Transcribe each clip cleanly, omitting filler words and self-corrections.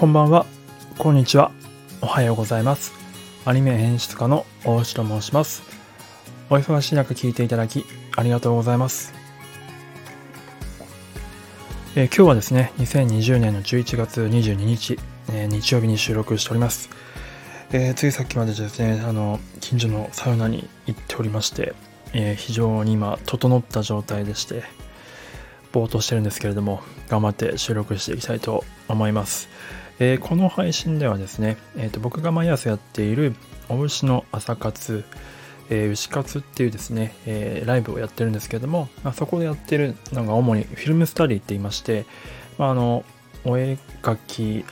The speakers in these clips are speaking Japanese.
こんばんは、こんにちは、おはようございます。アニメ演出家の大内と申します。お忙しい中聞いていただきありがとうございます。今日はですね、2020年の11月22日、日曜日に収録しております。ついさっきまでですね、近所のサウナに行っておりまして、非常に今整った状態でしてぼーっとしてるんですけれども、頑張って収録していきたいと思います。この配信ではですね、僕が毎朝やっているお牛の朝活、牛活っていうですね、ライブをやってるんですけれども、そこでやってるのが主にフィルムスタディって言いまして、お絵描き、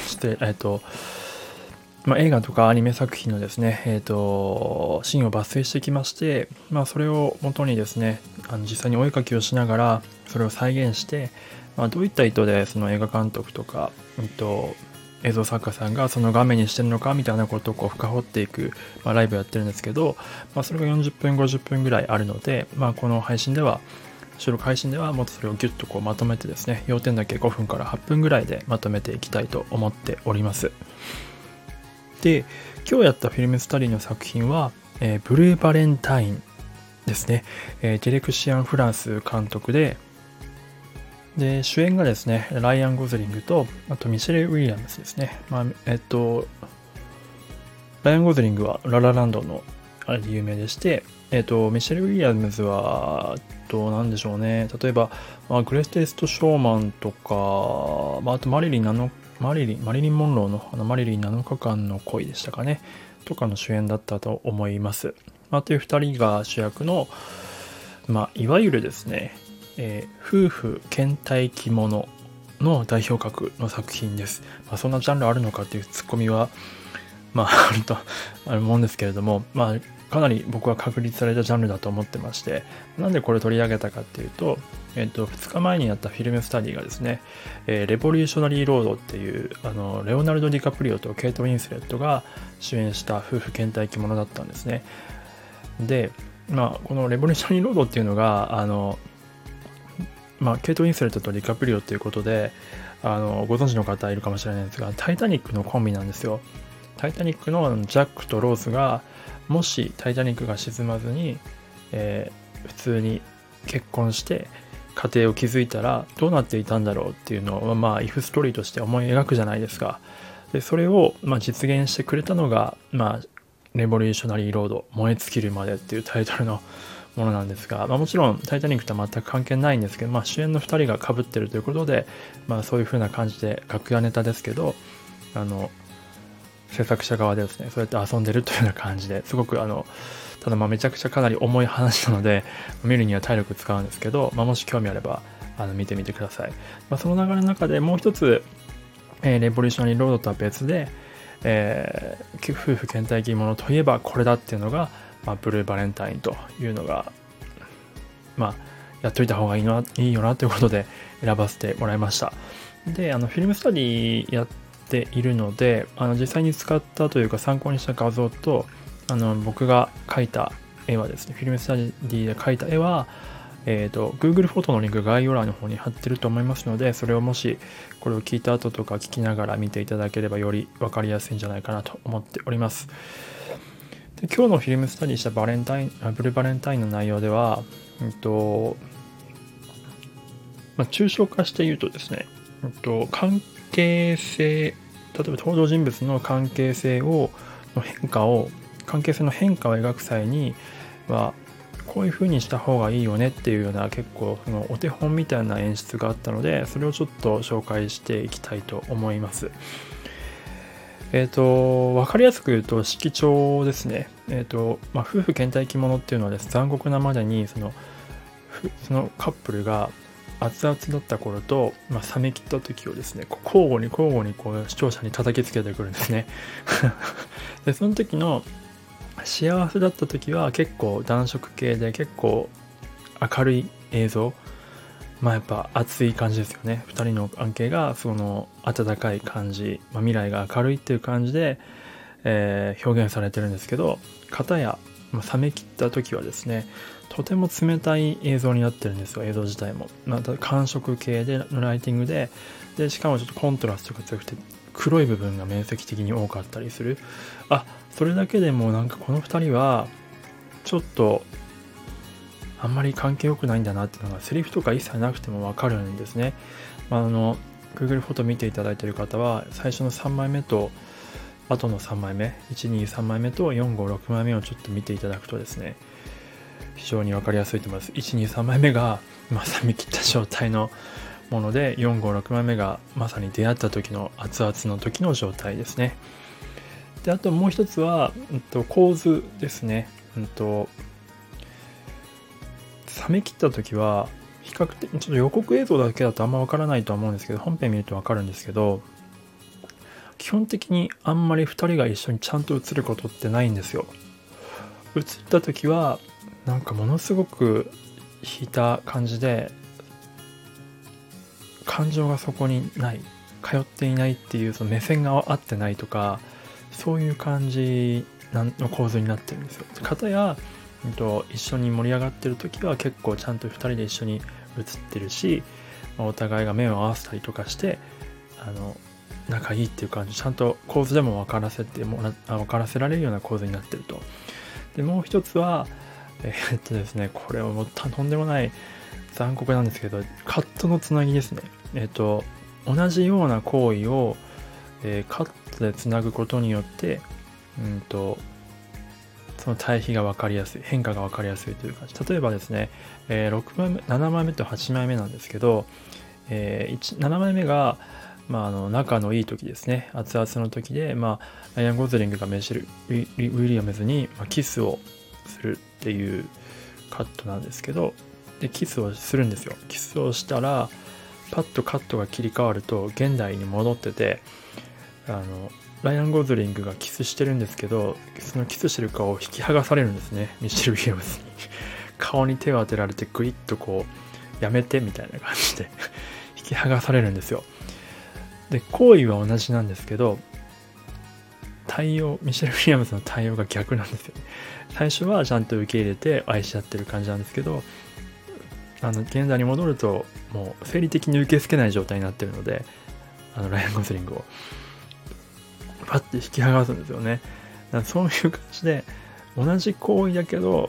映画とかアニメ作品のですね、シーンを抜粋してきまして、それを元にですね、実際にお絵描きをしながらそれを再現して、どういった意図でその映画監督とか、映像作家さんがその画面にしてるのかみたいなことをこう深掘っていく、ライブやってるんですけど、それが40分50分ぐらいあるので、この収録配信ではもっとそれをギュッとこうまとめてですね、要点だけ5分から8分ぐらいでまとめていきたいと思っております。で、今日やったフィルムスタディの作品は、ブルーバレンタインですね。ディレクシアン・フランス監督で、主演がですね、ライアン・ゴズリングと、あとミシェル・ウィリアムスですね。ライアン・ゴズリングはララランドのあれで有名でして、ミシェル・ウィリアムズは、なんでしょうね。例えば、グレテスト・ショーマンとか、あとマリリン・モンローのマリリン7日間の恋でしたかね。とかの主演だったと思います。という2人が主役の、いわゆるですね、夫婦倦怠期ものの代表格の作品です。そんなジャンルあるのかっていうツッコミは、あると思うんですけれども、かなり僕は確立されたジャンルだと思ってまして、なんでこれ取り上げたかっていうと、2日前にやったフィルムスタディがですね、レボリューショナリーロードっていうレオナルド・ディカプリオとケイト・ウィンスレットが主演した夫婦倦怠期ものだったんですね。で、このレボリューショナリーロードっていうのがケイト・ウィンスレットとディカプリオということでご存知の方いるかもしれないんですが、タイタニックのコンビなんですよ。タイタニックのジャックとローズがもしタイタニックが沈まずに、普通に結婚して家庭を築いたらどうなっていたんだろうっていうのをイフストーリーとして思い描くじゃないですか。でそれを実現してくれたのがレボリューショナリーロード、燃え尽きるまでっていうタイトルのものなんですが、もちろんタイタニックとは全く関係ないんですけど、主演の2人が被ってるということで、そういう風な感じで楽屋ネタですけど、制作者側でですね、そうやって遊んでるというような感じですごくただめちゃくちゃかなり重い話なので見るには体力使うんですけど、もし興味あれば見てみてください。その流れの中でもう一つ、レボリューショナリーロードとは別で、夫婦倦怠期ものといえばこれだっていうのが、ブルーバレンタインというのがやっといた方がいいよなということで選ばせてもらいました。で、フィルムスタディやっているので、実際に使ったというか参考にした画像と僕が描いた絵はですね、フィルムスタディで描いた絵はGoogle フォトのリンク概要欄の方に貼ってると思いますので、それをもしこれを聞いた後とか聞きながら見ていただければより分かりやすいんじゃないかなと思っております。で、今日のフィルムスタディしたブルーバレンタインの内容では、抽象化して言うとですね、関係性、例えば登場人物の関係性の変化を描く際にはこういう風にした方がいいよねっていうような結構そのお手本みたいな演出があったので、それをちょっと紹介していきたいと思います。分かりやすく言うと色調ですね。夫婦倦怠期ものっていうのはです、残酷なまでにそのカップルが熱々だった頃と、冷め切った時をですね、交互にこう視聴者に叩きつけてくるんですね。でその時の幸せだった時は結構暖色系で結構明るい映像、やっぱ熱い感じですよね。2人の関係がその温かい感じ、未来が明るいっていう感じで、表現されてるんですけど、片や、冷め切った時はですね、とても冷たい映像になってるんですよ。映像自体も、寒色系でのライティングでしかもちょっとコントラストが強くて黒い部分が面積的に多かったりする。それだけでもなんかこの2人はちょっとあんまり関係良くないんだなっていうのがセリフとか一切なくてもわかるんですね。Google フォト見ていただいている方は最初の3枚目と後の3枚目、1、2、3枚目と4、5、6枚目をちょっと見ていただくとですね、非常に分かりやすいと思います。1、2、3枚目がまさに切った状態のもので、4、5、6枚目がまさに出会った時の熱々の時の状態ですね。で、あともう一つは、構図ですね。冷め切った時は比較的ちょっと予告映像だけだとあんま分からないとは思うんですけど、本編見ると分かるんですけど、基本的にあんまり2人が一緒にちゃんと映ることってないんですよ。映った時はなんかものすごく引いた感じで、感情がそこにない、通っていないっていう、その目線が合ってないとか、そういう感じの構図になってるんですよ。片や一緒に盛り上がってる時は結構ちゃんと2人で一緒に映ってるし、お互いが目を合わせたりとかして仲いいっていう感じ、ちゃんと構図でも分からせられるような構図になってると。でもう一つはですね、これはもうとんでもない残酷なんですけど、カットのつなぎですね。同じような行為を、カットでつなぐことによってその対比が分かりやすい、変化が分かりやすいという感じ。例えばですね、6枚目、7枚目と8枚目なんですけど、7枚目が仲のいい時ですね、熱々の時で、ライアン・ゴズリングがウィリアムズにキスをするっていうカットなんですけど、でキスをするんですよ。キスをしたらパッとカットが切り替わると現代に戻ってて、ライアン・ゴズリングがキスしてるんですけど、そのキスしてる顔を引き剥がされるんですね、ミシェル・ウィリアムズに。顔に手を当てられてグイッとこうやめてみたいな感じで引き剥がされるんですよ。で行為は同じなんですけど、ミシェル・ウィリアムズの対応が逆なんですよね。最初はちゃんと受け入れて愛し合ってる感じなんですけど、現代に戻るともう生理的に受け付けない状態になってるので、ライアン・ゴズリングをパッて引き剥がすんですよね。そういう感じで同じ行為だけど、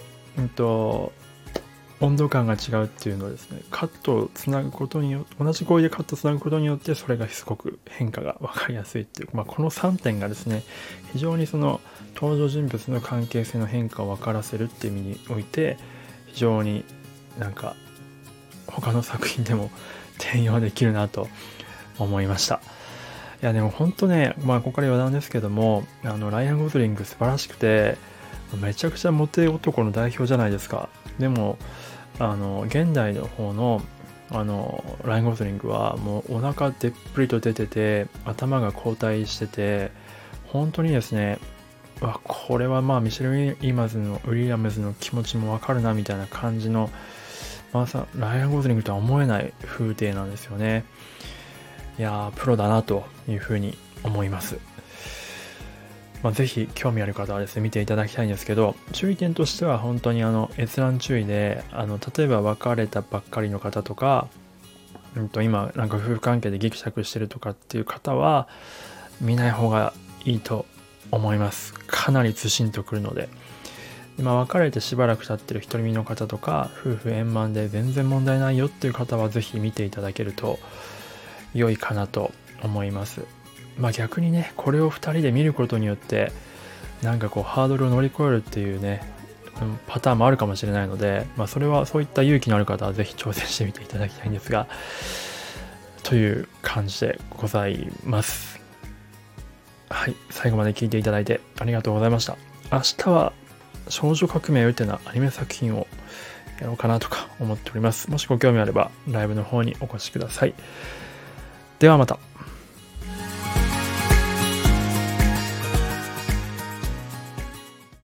温度感が違うっていうのをですね、カットをつなぐことによって、同じ行為でカットをつなぐことによってそれがすごく変化が分かりやすいっていう、この3点がですね、非常にその登場人物の関係性の変化を分からせるっていう意味において非常になんか他の作品でも転用できるなと思いました。いやでも本当ね、ここから余談ですけども、ライアン・ゴズリング素晴らしくて、めちゃくちゃモテ男の代表じゃないですか。でも現代の方のライアン・ゴズリングはもうお腹でっぷりと出てて、頭が後退してて、本当にですね、これはミシェル・ウィリアムズの気持ちもわかるなみたいな感じの、ライアン・ゴズリングとは思えない風景なんですよね。いやー、プロだなというふうに思います。ぜひ興味ある方はですね見ていただきたいんですけど、注意点としては本当に閲覧注意で、例えば別れたばっかりの方とか、今なんか夫婦関係でギクシャクしてるとかっていう方は見ない方がいいと思います。かなりズシンとくるので。今別れてしばらく経ってる独り身の方とか、夫婦円満で全然問題ないよっていう方はぜひ見ていただけると良いかなと思います。逆にね、これを2人で見ることによってなんかハードルを乗り越えるっていうねパターンもあるかもしれないので、それはそういった勇気のある方はぜひ挑戦してみていただきたいんですが、という感じでございます。はい、最後まで聞いていただいてありがとうございました。明日は少女革命ウテナアニメ作品をやろうかなとか思っております。もしご興味あればライブの方にお越しください。ではまた。